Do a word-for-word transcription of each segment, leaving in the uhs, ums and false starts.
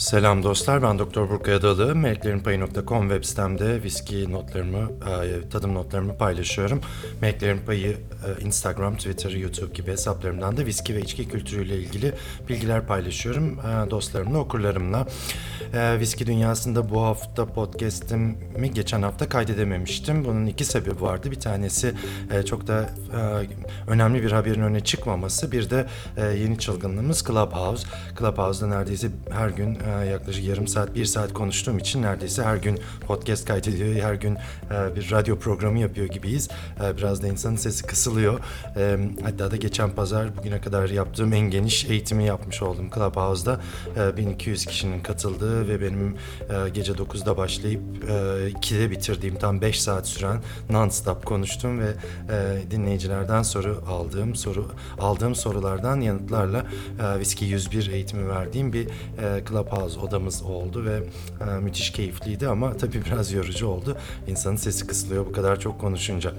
Selam dostlar, ben Doktor Burkay Adalı. meleklerin payı nokta com web sitemde viski notlarımı, e, tadım notlarımı paylaşıyorum. Meleklerin Payı e, Instagram, Twitter, YouTube gibi hesaplarımdan da viski ve içki kültürüyle ilgili bilgiler paylaşıyorum e, dostlarımla, okurlarımla. E, viski dünyasında bu hafta podcast'imi geçen hafta kaydedememiştim. Bunun iki sebebi vardı. Bir tanesi e, çok da e, önemli bir haberin öne çıkmaması. Bir de e, yeni çılgınlığımız Clubhouse. Clubhouse'da neredeyse her gün e, yaklaşık yarım saat, bir saat konuştuğum için neredeyse her gün podcast kaydediyor, her gün e, bir radyo programı yapıyor gibiyiz. E, biraz da insanın sesi kısılıyor. E, hatta da geçen pazar bugüne kadar yaptığım en geniş eğitimi yapmış oldum Clubhouse'da. E, bin iki yüz kişinin katıldığı ve benim e, gece dokuzda başlayıp e, ikide bitirdiğim tam beş saat süren non-stop konuştum ve e, dinleyicilerden soru aldığım soru aldığım sorulardan yanıtlarla e, Viski yüz bir eğitimi verdiğim bir e, Clubhouse odamız oldu ve e, müthiş keyifliydi ama tabii biraz yorucu oldu. İnsanın sesi kısılıyor bu kadar çok konuşunca.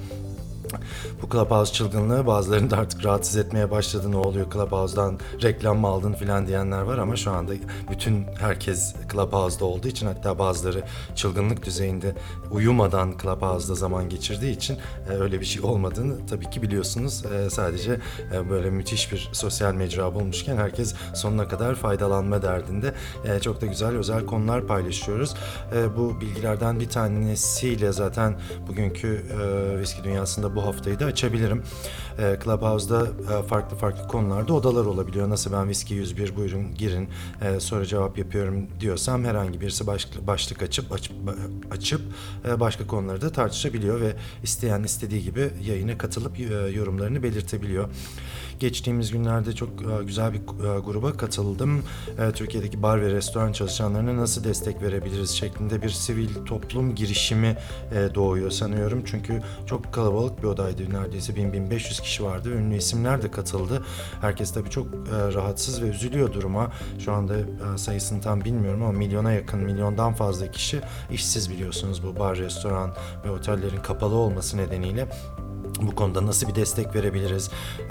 Bu Clubhouse çılgınlığı bazılarını da artık rahatsız etmeye başladı. Ne oluyor, Clubhouse'dan reklam mı aldın filan diyenler var ama şu anda bütün herkes Clubhouse'da olduğu için, hatta bazıları çılgınlık düzeyinde uyumadan Clubhouse'da zaman geçirdiği için e, öyle bir şey olmadığını tabii ki biliyorsunuz. E, sadece e, böyle müthiş bir sosyal mecra bulmuşken herkes sonuna kadar faydalanma derdinde. E, çok da güzel özel konular paylaşıyoruz. E, bu bilgilerden bir tanesiyle zaten bugünkü e, viski dünyasında bu haftayı da açabilirim. E, Clubhouse'da e, farklı farklı konularda odalar olabiliyor. Nasıl ben Viski yüz bir buyurun girin e, soru cevap yapıyorum diyorsam herhangi birisi başlık, başlık açıp açıp, açıp e, başka konuları da tartışabiliyor ve isteyen istediği gibi yayına katılıp e, yorumlarını belirtebiliyor. Geçtiğimiz günlerde çok e, güzel bir e, gruba katıldım. E, Türkiye'deki bar ve restoran çalışanlarına nasıl destek verebiliriz şeklinde bir sivil toplum girişimi e, doğuyor sanıyorum. Çünkü çok kalabalık bir odaydı. Neredeyse bin bin beş yüz kişi vardı. Ünlü isimler de katıldı. Herkes tabii çok e, rahatsız ve üzülüyor duruma. Şu anda e, sayısını tam bilmiyorum ama milyona yakın, milyondan fazla kişi işsiz, biliyorsunuz, bu bar, restoran ve otellerin kapalı olması nedeniyle. Bu konuda nasıl bir destek verebiliriz?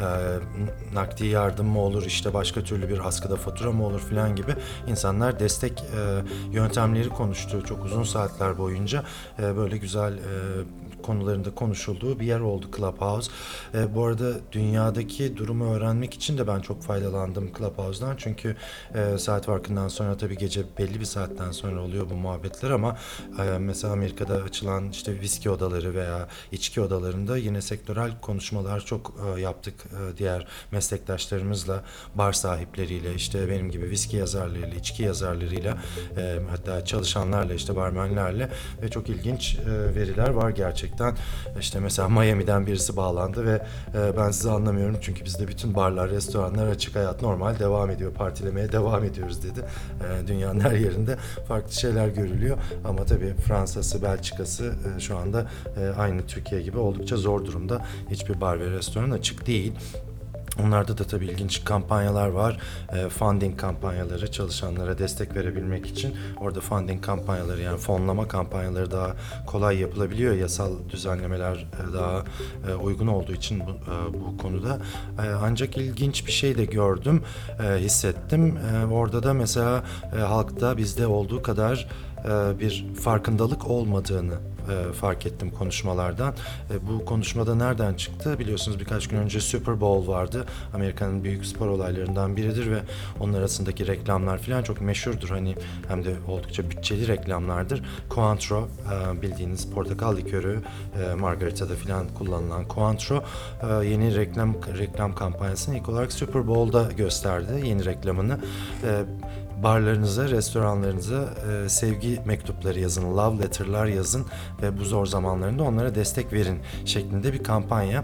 E, nakdi yardım mı olur? İşte başka türlü bir askıda fatura mı olur filan gibi insanlar destek e, yöntemleri konuştu çok uzun saatler boyunca. E, böyle güzel e, konularında konuşulduğu bir yer oldu Clubhouse. E, bu arada dünyadaki durumu öğrenmek için de ben çok faydalandım Clubhouse'dan. Çünkü e, saat farkından sonra tabii gece belli bir saatten sonra oluyor bu muhabbetler ama e, mesela Amerika'da açılan işte viski odaları veya içki odalarında yine sektörel konuşmalar çok e, yaptık e, diğer meslektaşlarımızla, bar sahipleriyle, işte benim gibi viski yazarlarıyla, içki yazarlarıyla, e, hatta çalışanlarla, işte barmenlerle ve çok ilginç e, veriler var gerçekten. İşte mesela Miami'den birisi bağlandı ve e, ben sizi anlamıyorum çünkü bizde bütün barlar, restoranlar açık, hayat normal devam ediyor, partilemeye devam ediyoruz dedi. E, dünyanın her yerinde farklı şeyler görülüyor ama tabii Fransa'sı, Belçika'sı e, şu anda e, aynı Türkiye gibi oldukça zor durumda. Hiçbir bar ve restoran açık değil. Onlarda da tabii ilginç kampanyalar var. E, funding kampanyaları, çalışanlara destek verebilmek için. Orada funding kampanyaları, yani fonlama kampanyaları daha kolay yapılabiliyor. Yasal düzenlemeler e, daha e, uygun olduğu için bu, e, bu konuda. E, ancak ilginç bir şey de gördüm, e, hissettim. E, orada da mesela e, halkta bizde olduğu kadar e, bir farkındalık olmadığını E, fark ettim konuşmalardan. E, bu konuşmada nereden çıktı? Biliyorsunuz birkaç gün önce Super Bowl vardı. Amerika'nın büyük spor olaylarından biridir ve onun arasındaki reklamlar falan çok meşhurdur. Hani hem de oldukça bütçeli reklamlardır. Cointreau, e, bildiğiniz portakal likörü, e, margarita'da falan kullanılan Cointreau e, yeni reklam reklam kampanyasını ilk olarak Super Bowl'da gösterdi. Yeni reklamını. E, Barlarınıza, restoranlarınıza e, sevgi mektupları yazın, love letter'lar yazın ve bu zor zamanlarında onlara destek verin şeklinde bir kampanya.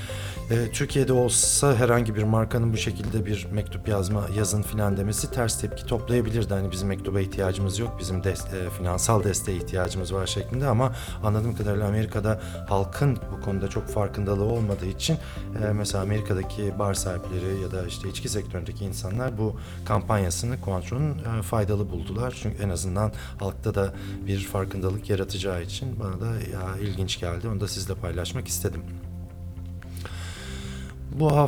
E, Türkiye'de olsa herhangi bir markanın bu şekilde bir mektup yazma, yazın filan demesi ters tepki toplayabilirdi. Hani bizim mektuba ihtiyacımız yok, bizim de, e, finansal desteğe ihtiyacımız var şeklinde ama anladığım kadarıyla Amerika'da halkın bu konuda çok farkındalığı olmadığı için e, mesela Amerika'daki bar sahipleri ya da işte içki sektöründeki insanlar bu kampanyasını Cointreau'nun e, faydalı buldular. Çünkü en azından halkta da bir farkındalık yaratacağı için bana da ya, ilginç geldi. Onu da sizle paylaşmak istedim. Bu hafta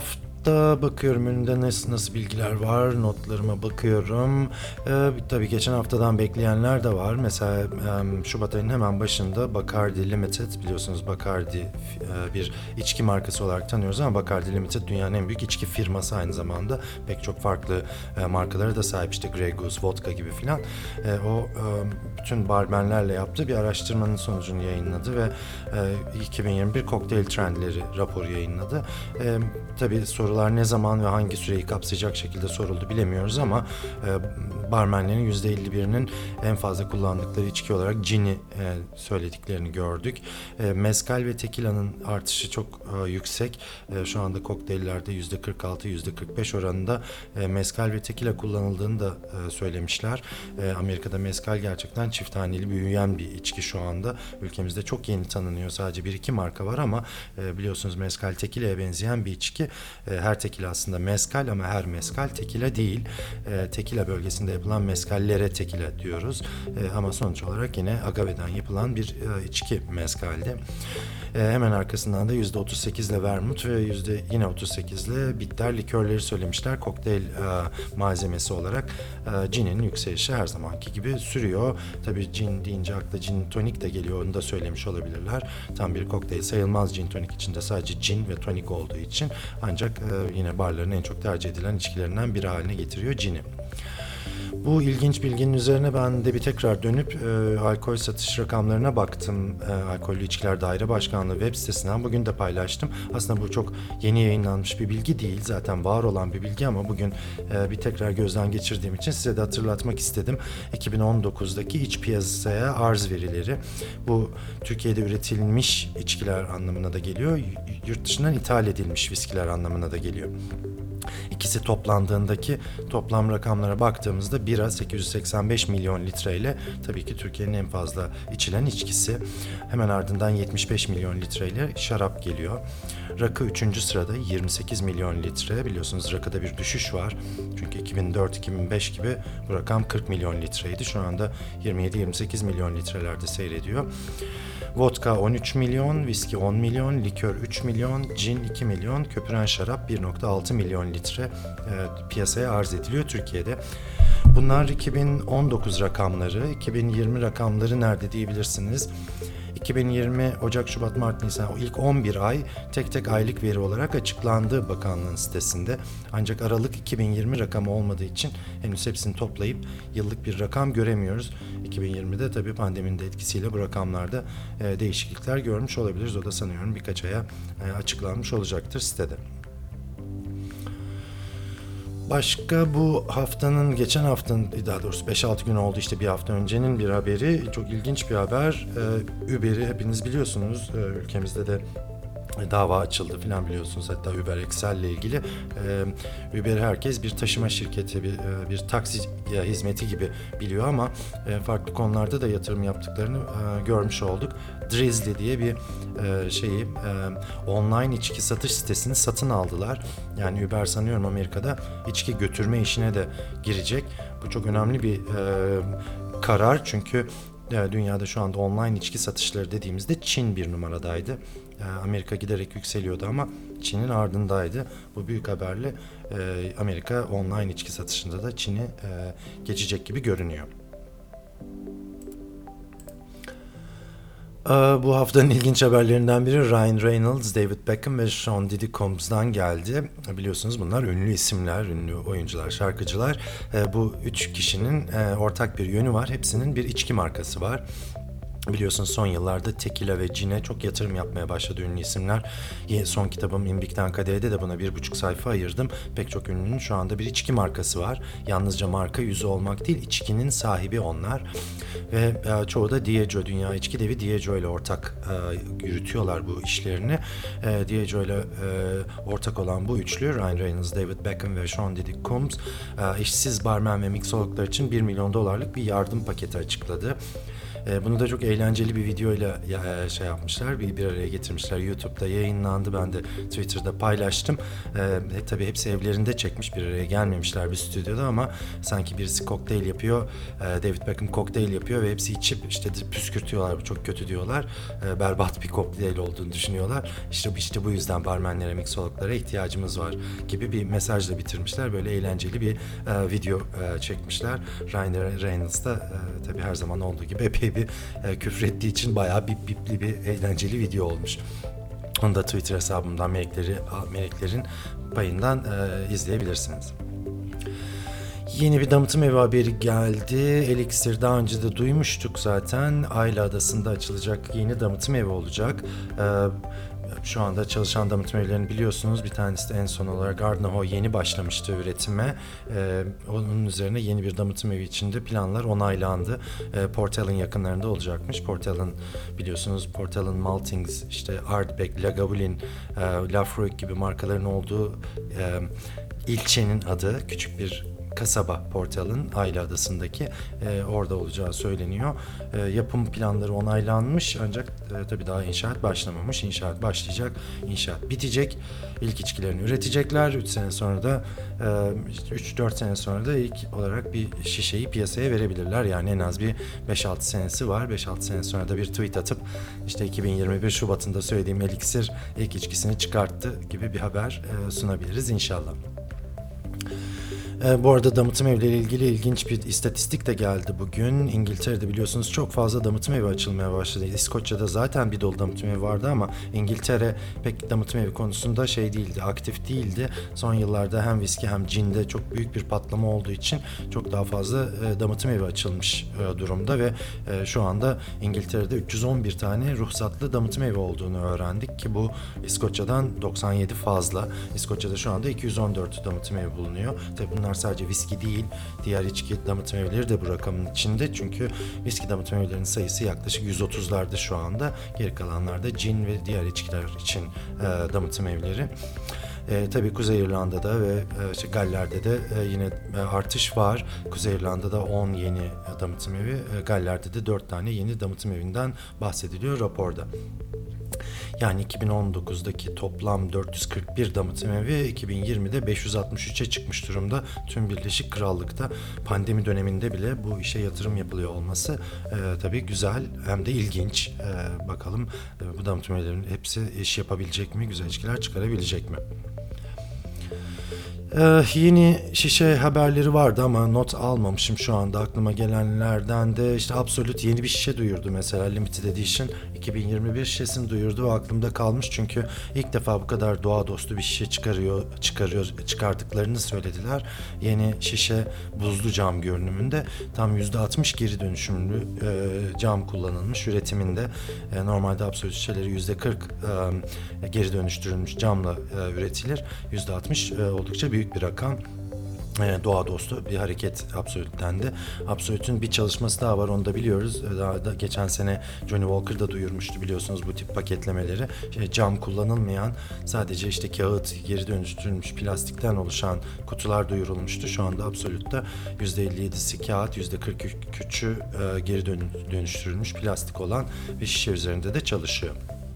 Notta bakıyorum, önünde nasıl, nasıl bilgiler var, notlarıma bakıyorum. Ee, tabii geçen haftadan bekleyenler de var. Mesela e, Şubat ayının hemen başında Bacardi Limited, biliyorsunuz Bacardi e, bir içki markası olarak tanıyoruz ama Bacardi Limited dünyanın en büyük içki firması aynı zamanda. Pek çok farklı e, markalara da sahip, işte Grey Goose, vodka gibi filan. E, o e, bütün barmenlerle yaptığı bir araştırmanın sonucunu yayınladı ve e, iki bin yirmi bir kokteyl trendleri raporu yayınladı. E, tabii sorular ne zaman ve hangi süreyi kapsayacak şekilde soruldu bilemiyoruz ama e, barmenlerin yüzde elli birinin en fazla kullandıkları içki olarak gin'i e, söylediklerini gördük. E, mezcal ve tequila'nın artışı çok e, yüksek. E, şu anda kokteyllerde yüzde kırk altı yüzde kırk beş oranında e, mezcal ve tequila kullanıldığını da e, söylemişler. E, Amerika'da mezcal gerçekten çift haneli büyüyen bir içki şu anda. Ülkemizde çok yeni tanınıyor. Sadece bir iki marka var ama e, biliyorsunuz mezcal tequila'ya benzeyen bir içki. E, her tequila aslında mezcal ama her mezcal tequila değil. E, tequila bölgesinde yapılan mezcallere tequila diyoruz. E, ama sonuç olarak yine agave'den yapılan bir e, içki mezcaldi. E, hemen arkasından da yüzde otuz sekiz ile vermut ve yüzde yine otuz sekiz ile bitter likörleri söylemişler. Kokteyl e, malzemesi olarak e, gin'in yükselişi her zamanki gibi sürüyor. Tabii gin deyince akla gin tonik de geliyor, onu da söylemiş olabilirler. Tam bir kokteyl sayılmaz gin tonik içinde, sadece gin ve tonik olduğu için, ancak e, yine barların en çok tercih edilen içkilerinden biri haline getiriyor gin'i. Bu ilginç bilginin üzerine ben de bir tekrar dönüp e, alkol satış rakamlarına baktım. E, Alkollü İçkiler Daire Başkanlığı web sitesinden bugün de paylaştım. Aslında bu çok yeni yayınlanmış bir bilgi değil. Zaten var olan bir bilgi ama bugün e, bir tekrar gözden geçirdiğim için size de hatırlatmak istedim. iki bin on dokuzdaki iç piyasaya arz verileri. Bu Türkiye'de üretilmiş içkiler anlamına da geliyor. Yurt dışından ithal edilmiş viskiler anlamına da geliyor. İkisi toplandığındaki toplam rakamlara baktığımızda bira sekiz yüz seksen beş milyon litreyle tabii ki Türkiye'nin en fazla içilen içkisi. Hemen ardından yetmiş beş milyon litreyle şarap geliyor. Rakı üçüncü sırada yirmi sekiz milyon litre. Biliyorsunuz rakıda bir düşüş var. Çünkü iki bin dört iki bin beş gibi bu rakam kırk milyon litreydi. Şu anda yirmi yedi yirmi sekiz milyon litrelerde seyrediyor. Vodka on üç milyon, viski on milyon, likör üç milyon, cin iki milyon, köpüren şarap bir virgül altı milyon litre e, piyasaya arz ediliyor Türkiye'de. Bunlar iki bin on dokuz rakamları, iki bin yirmi rakamları nerede diyebilirsiniz. iki bin yirmi Ocak, Şubat, Mart, Nisan, o ilk on bir ay tek tek aylık veri olarak açıklandı bakanlığın sitesinde. Ancak Aralık iki bin yirmi rakamı olmadığı için henüz hepsini toplayıp yıllık bir rakam göremiyoruz. iki bin yirmide tabii pandeminin de etkisiyle bu rakamlarda e, değişiklikler görmüş olabiliriz. O da sanıyorum birkaç aya e, açıklanmış olacaktır sitede. Başka bu haftanın, geçen haftanın, daha doğrusu beş altı gün oldu işte, bir hafta öncenin bir haberi. Çok ilginç bir haber. Ee, Uber'i hepiniz biliyorsunuz. Ee, ülkemizde de dava açıldı filan, biliyorsunuz. Hatta Uber Excel ile ilgili. Ee, Uber'i herkes bir taşıma şirketi, bir, bir taksi hizmeti gibi biliyor ama e, farklı konularda da yatırım yaptıklarını e, görmüş olduk. Drizzly diye bir e, şeyi e, online içki satış sitesini satın aldılar. Yani Uber sanıyorum Amerika'da içki götürme işine de girecek. Bu çok önemli bir e, karar, çünkü e, dünyada şu anda online içki satışları dediğimizde Çin bir numaradaydı. Amerika giderek yükseliyordu ama Çin'in ardındaydı. Bu büyük haberle e, Amerika online içki satışında da Çin'i e, geçecek gibi görünüyor. Bu haftanın ilginç haberlerinden biri Ryan Reynolds, David Beckham ve Sean Diddy Combs'dan geldi. Biliyorsunuz bunlar ünlü isimler, ünlü oyuncular, şarkıcılar. Bu üç kişinin ortak bir yönü var. Hepsinin bir içki markası var. Biliyorsunuz son yıllarda tequila ve gin'e çok yatırım yapmaya başladı ünlü isimler. Son kitabım İmbik'ten Kadehe'de de buna bir buçuk sayfa ayırdım. Pek çok ünlünün şu anda bir içki markası var. Yalnızca marka yüzü olmak değil, içkinin sahibi onlar. Ve e, çoğu da Diageo, dünya içki devi Diageo ile ortak e, yürütüyorlar bu işlerini. E, Diageo ile e, ortak olan bu üçlü, Ryan Reynolds, David Beckham ve Sean Diddy Combs, e, işsiz barmen ve miksologlar için bir milyon dolarlık bir yardım paketi açıkladı. E, bunu da çok eğlenceli bir videoyla ya, şey yapmışlar, bir, bir araya getirmişler. YouTube'da yayınlandı, ben de Twitter'da paylaştım. E, tabii hepsi evlerinde çekmiş, bir araya gelmemişler bir stüdyoda ama sanki birisi kokteyl yapıyor, e, David Beckham kokteyl yapıyor ve hepsi içip işte püskürtüyorlar, bu çok kötü diyorlar. E, berbat bir kokteyl olduğunu düşünüyorlar. İşte, işte bu yüzden barmenlere, miksologlara ihtiyacımız var gibi bir mesajla bitirmişler. Böyle eğlenceli bir e, video e, çekmişler. Ryan Reynolds da e, tabii her zaman olduğu gibi epey bir e, küfür ettiği için bayağı bip bipli bir eğlenceli video olmuş. Onu da Twitter hesabımdan melekleri, meleklerin payından e, izleyebilirsiniz. Yeni bir damıtım evi haberi geldi. Elixir daha önce de duymuştuk zaten. Ayla Adası'nda açılacak yeni damıtım evi olacak. Ee, şu anda çalışan damıtım evlerini biliyorsunuz. Bir tanesi de en son olarak Gardner yeni başlamıştı üretime. Ee, onun üzerine yeni bir damıtım evi içinde planlar onaylandı. Ee, Port Ellen yakınlarında olacakmış. Port Ellen biliyorsunuz, Port Ellen Maltings, işte Ardbeg, Lagavulin, e, Lafroig gibi markaların olduğu e, ilçenin adı, küçük bir kasaba Port Ellen, Ayla Adası'ndaki, e, orada olacağı söyleniyor. E, yapım planları onaylanmış ancak e, tabii daha inşaat başlamamış. İnşaat başlayacak, inşaat bitecek. İlk içkilerini üretecekler. üç sene sonra da e, üç dört sene sonra da ilk olarak bir şişeyi piyasaya verebilirler. Yani en az bir beş altı senesi var. beş altı sene sonra da bir tweet atıp işte iki bin yirmi bir Şubat'ında söylediğim Elixir ilk içkisini çıkarttı gibi bir haber e, sunabiliriz inşallah. E, bu arada damıtım evleriyle ilgili ilginç bir istatistik de geldi bugün. İngiltere'de biliyorsunuz çok fazla damıtım evi açılmaya başladı. İskoçya'da zaten bir dolu damıtım evi vardı ama İngiltere pek damıtım evi konusunda şey değildi, aktif değildi. Son yıllarda hem viski hem cinde çok büyük bir patlama olduğu için çok daha fazla e, damıtım evi açılmış e, durumda ve e, şu anda İngiltere'de üç yüz on bir tane ruhsatlı damıtım evi olduğunu öğrendik ki bu İskoçya'dan doksan yedi fazla. İskoçya'da şu anda iki yüz on dört damıtım evi bulunuyor. Tabii bunlar sadece viski değil, diğer içki damıtım evleri de bu rakamın içinde. Çünkü viski damıtım evlerinin sayısı yaklaşık yüz otuzlarda şu anda. Geri kalanlarda cin ve diğer içkiler için e, damıtım evleri. E, tabii Kuzey İrlanda'da ve e, işte Galler'de de e, yine e, artış var. Kuzey İrlanda'da on yeni damıtım evi, e, Galler'de de dört tane yeni damıtım evinden bahsediliyor raporda. Yani iki bin on dokuzdaki toplam dört yüz kırk bir damıtım evi iki bin yirmide beş yüz altmış üçe çıkmış durumda. Tüm Birleşik Krallık'ta pandemi döneminde bile bu işe yatırım yapılıyor olması e, tabii güzel hem de ilginç. E, bakalım e, bu damıtım evlerinin hepsi iş yapabilecek mi, güzel içkiler çıkarabilecek mi? Ee, yeni şişe haberleri vardı ama not almamışım şu anda. Aklıma gelenlerden de işte Absolut yeni bir şişe duyurdu mesela, Limited Edition iki bin yirmi bir şişesini duyurdu. O aklımda kalmış çünkü ilk defa bu kadar doğa dostu bir şişe çıkarıyor, çıkarıyor, çıkardıklarını söylediler. Yeni şişe buzlu cam görünümünde, tam yüzde altmış geri dönüşümlü e, cam kullanılmış üretiminde. E, normalde Absolut şişeleri yüzde kırk e, geri dönüştürülmüş camla e, üretilir. yüzde altmış e, oldukça büyük bir rakam. Doğa dostu bir hareket Absolut'ten de. Absolut'un bir çalışması daha var, onu da biliyoruz. Daha da geçen sene Johnny Walker da duyurmuştu biliyorsunuz bu tip paketlemeleri. İşte cam kullanılmayan, sadece işte kağıt, geri dönüştürülmüş plastikten oluşan kutular duyurulmuştu. Şu anda Absolut'ta yüzde elli yedisi kağıt, yüzde kırk üçü geri dönüştürülmüş plastik olan bir şişe üzerinde de çalışıyor.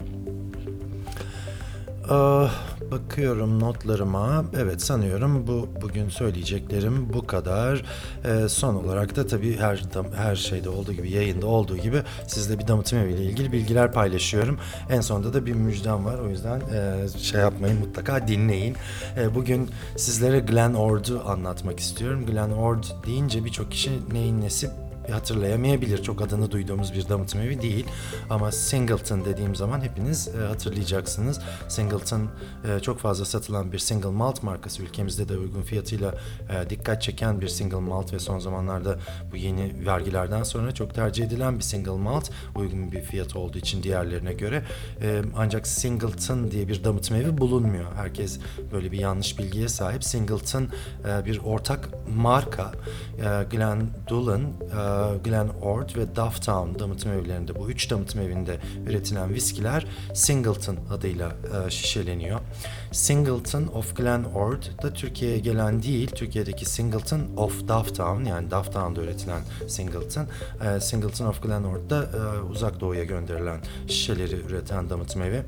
Ah, bakıyorum notlarıma. Evet, sanıyorum bu bugün söyleyeceklerim bu kadar. Ee, son olarak da tabii her her şeyde olduğu gibi, yayında olduğu gibi sizle bir damıtım eviyle ilgili bilgiler paylaşıyorum. En sonunda da bir müjdem var. O yüzden e, şey yapmayın, mutlaka dinleyin. E, bugün sizlere Glen Ord'u anlatmak istiyorum. Glen Ord deyince birçok kişi neyin nesi hatırlayamayabilir. Çok adını duyduğumuz bir damıtım evi değil. Ama Singleton dediğim zaman hepiniz e, hatırlayacaksınız. Singleton e, çok fazla satılan bir single malt markası. Ülkemizde de uygun fiyatıyla e, dikkat çeken bir single malt ve son zamanlarda bu yeni vergilerden sonra çok tercih edilen bir single malt. Uygun bir fiyat olduğu için diğerlerine göre. E, ancak Singleton diye bir damıtım evi bulunmuyor. Herkes böyle bir yanlış bilgiye sahip. Singleton e, bir ortak marka. E, Glenn Doolan e, Glenord ve Dufftown damıtım evlerinde, bu üç damıtım evinde üretilen viskiler Singleton adıyla e, şişeleniyor. Singleton of Glenord da Türkiye'ye gelen değil, Türkiye'deki Singleton of Dufftown, yani Dufftown'da üretilen Singleton, e, Singleton of Glenord da e, uzak doğuya gönderilen şişeleri üreten damıtım evi.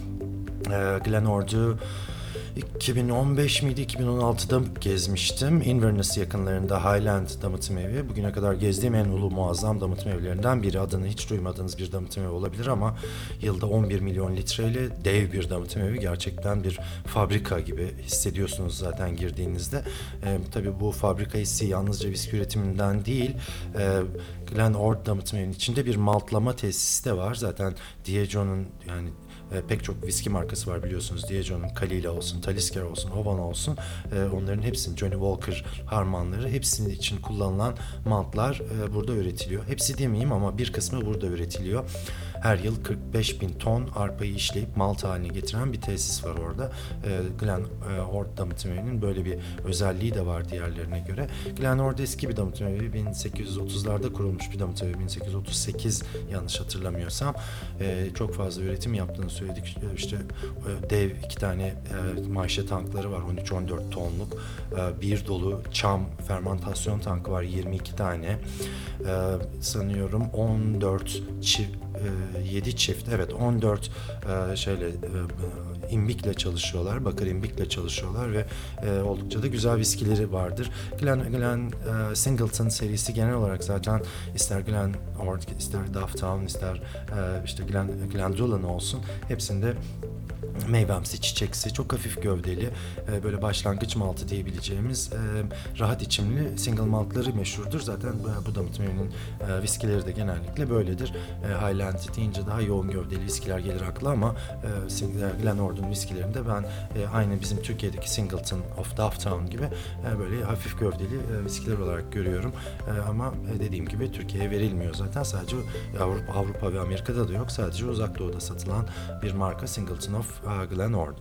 E, Glenord'u iki bin on beş miydi, iki bin on altıda gezmiştim. Inverness yakınlarında Highland damıtım evi. Bugüne kadar gezdiğim en ulu muazzam damıtım evlerinden biri. Adını hiç duymadığınız bir damıtım evi olabilir ama yılda on bir milyon litreyle dev bir damıtım evi. Gerçekten bir fabrika gibi hissediyorsunuz zaten girdiğinizde. E, tabii bu fabrika hissi yalnızca viski üretiminden değil, e, Glenord damıtım evinin içinde bir maltlama tesisi de var. Zaten Diageo'nun, yani E, pek çok viski markası var biliyorsunuz. Diageo'nun Kalila olsun, Talisker olsun, Havana olsun. E, onların hepsinin, Johnny Walker harmanları, hepsinin için kullanılan maltlar e, burada üretiliyor. Hepsi demeyeyim ama bir kısmı burada üretiliyor. Her yıl kırk beş bin ton arpayı işleyip malt haline getiren bir tesis var orada. E, Glenord damıtım evinin böyle bir özelliği de var diğerlerine göre. Glenord eski bir damıtım evi. bin sekiz yüz otuzlarda kurulmuş bir damıtım evi. bin sekiz yüz otuz sekiz yanlış hatırlamıyorsam. E, çok fazla üretim yaptığını söyledik. İşte e, dev iki tane e, maşe tankları var. on üç on dört tonluk. E, bir dolu çam fermantasyon tankı var. yirmi iki tane. E, sanıyorum on dört çift, yedi çift, evet on dört e, şeyle e, imbikle çalışıyorlar, bakır imbikle çalışıyorlar ve e, oldukça da güzel viskileri vardır. Glen, Glen e, Singleton serisi genel olarak zaten ister Glenord, ister Dufftown, ister e, işte Glen, Glendullan olsun, hepsinde meyvemsi, çiçeksi, çok hafif gövdeli, e, böyle başlangıç maltı diyebileceğimiz e, rahat içimli single maltları meşhurdur. Zaten bu, bu damıtım evinin e, viskileri de genellikle böyledir. E, Highland deyince daha yoğun gövdeli viskiler gelir akla ama e, Glenord'un viskilerinde ben e, aynı bizim Türkiye'deki Singleton of Dufftown gibi e, böyle hafif gövdeli e, viskiler olarak görüyorum. E, ama e, dediğim gibi Türkiye'ye verilmiyor zaten. Sadece Avrupa, Avrupa ve Amerika'da da yok. Sadece Uzak Doğu'da satılan bir marka Singleton of Glenord.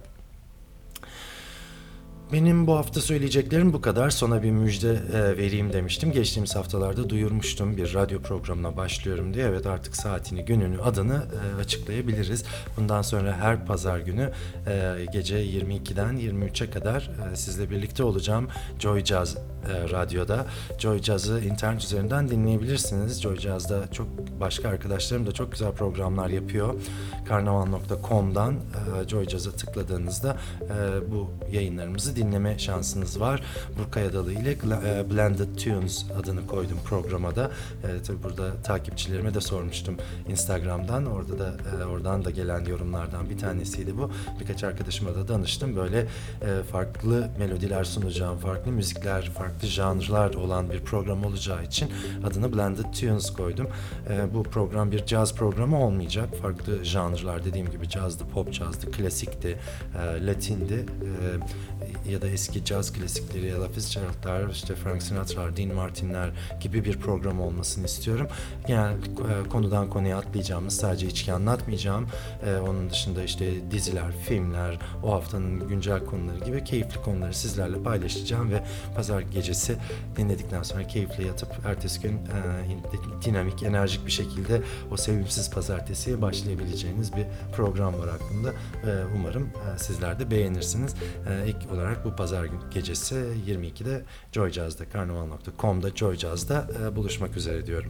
Benim bu hafta söyleyeceklerim bu kadar. Sona bir müjde e, vereyim demiştim. Geçtiğimiz haftalarda duyurmuştum, bir radyo programına başlıyorum diye. Evet, artık saatini, gününü, adını e, açıklayabiliriz. Bundan sonra her pazar günü e, gece yirmi ikiden yirmi üçe kadar e, sizle birlikte olacağım Joy Jazz e, radyoda. Joy Jazz'ı internet üzerinden dinleyebilirsiniz. Joy Jazz'da çok başka arkadaşlarım da çok güzel programlar yapıyor. karnaval nokta com'dan e, Joy Jazz'a tıkladığınızda e, bu yayınlarımızı dinleme şansınız var. Burkay Adalı ile Blended Tunes adını koydum programa da. E, tabii burada takipçilerime de sormuştum Instagram'dan. Orada da e, oradan da gelen yorumlardan bir tanesiydi bu. Birkaç arkadaşıma da danıştım. Böyle e, farklı melodiler sunacağım, farklı müzikler, farklı janrlar olan bir program olacağı için adını Blended Tunes koydum. E, bu program bir caz programı olmayacak. Farklı janrlar, dediğim gibi cazdı, pop cazdı, klasikti, e, latindi, e, ya da eski caz klasikleri, Ella Fitzgerald'lar, işte Frank Sinatra'lar, Dean Martin'ler gibi bir program olmasını istiyorum. Yani e, konudan konuya atlayacağımız, sadece içki anlatmayacağım. E, onun dışında işte diziler, filmler, o haftanın güncel konuları gibi keyifli konuları sizlerle paylaşacağım ve pazar gecesi dinledikten sonra keyifle yatıp ertesi gün e, dinamik, enerjik bir şekilde o sevimsiz pazartesiye başlayabileceğiniz bir program var aklımda. E, umarım e, sizler de beğenirsiniz. E, ilk olarak bu pazar gecesi yirmi ikide Joy Jazz'da, karnaval nokta com'da Joy Jazz'da e, buluşmak üzere diyorum.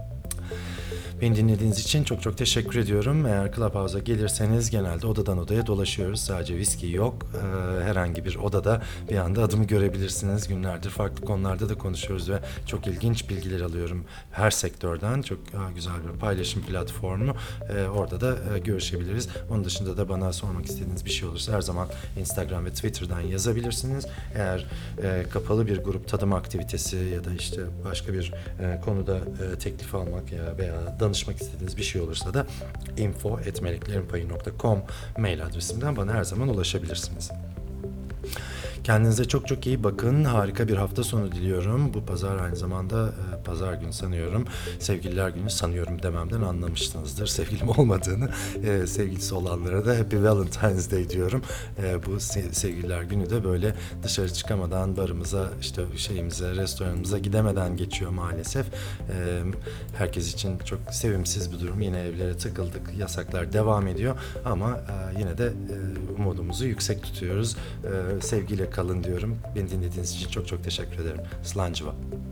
Beni dinlediğiniz için çok çok teşekkür ediyorum. Eğer Clubhouse'a gelirseniz genelde odadan odaya dolaşıyoruz. Sadece viski yok. Ee, herhangi bir odada bir anda adımı görebilirsiniz. Günlerdir farklı konularda da konuşuyoruz ve çok ilginç bilgiler alıyorum her sektörden. Çok aa, güzel bir paylaşım platformu. Ee, orada da e, görüşebiliriz. Onun dışında da bana sormak istediğiniz bir şey olursa her zaman Instagram ve Twitter'dan yazabilirsiniz. Eğer e, kapalı bir grup tadım aktivitesi ya da işte başka bir e, konuda e, teklif almak ya veya danışmak istediğiniz bir şey olursa da info at meleklerinpayı nokta com mail adresimden bana her zaman ulaşabilirsiniz. Kendinize çok çok iyi bakın. Harika bir hafta sonu diliyorum. Bu pazar aynı zamanda e, pazar günü sanıyorum. Sevgililer günü sanıyorum dememden anlamışsınızdır. Sevgilim olmadığını, e, sevgilisi olanlara da Happy Valentine's Day diyorum. E, bu se- sevgililer günü de böyle dışarı çıkamadan barımıza, işte şeyimize, restoranımıza gidemeden geçiyor maalesef. E, herkes için çok sevimsiz bir durum. Yine evlere tıkıldık. Yasaklar devam ediyor. Ama e, yine de e, umudumuzu yüksek tutuyoruz. E, sevgiyle kalın diyorum. Beni dinlediğiniz için çok çok teşekkür ederim. Slancıva.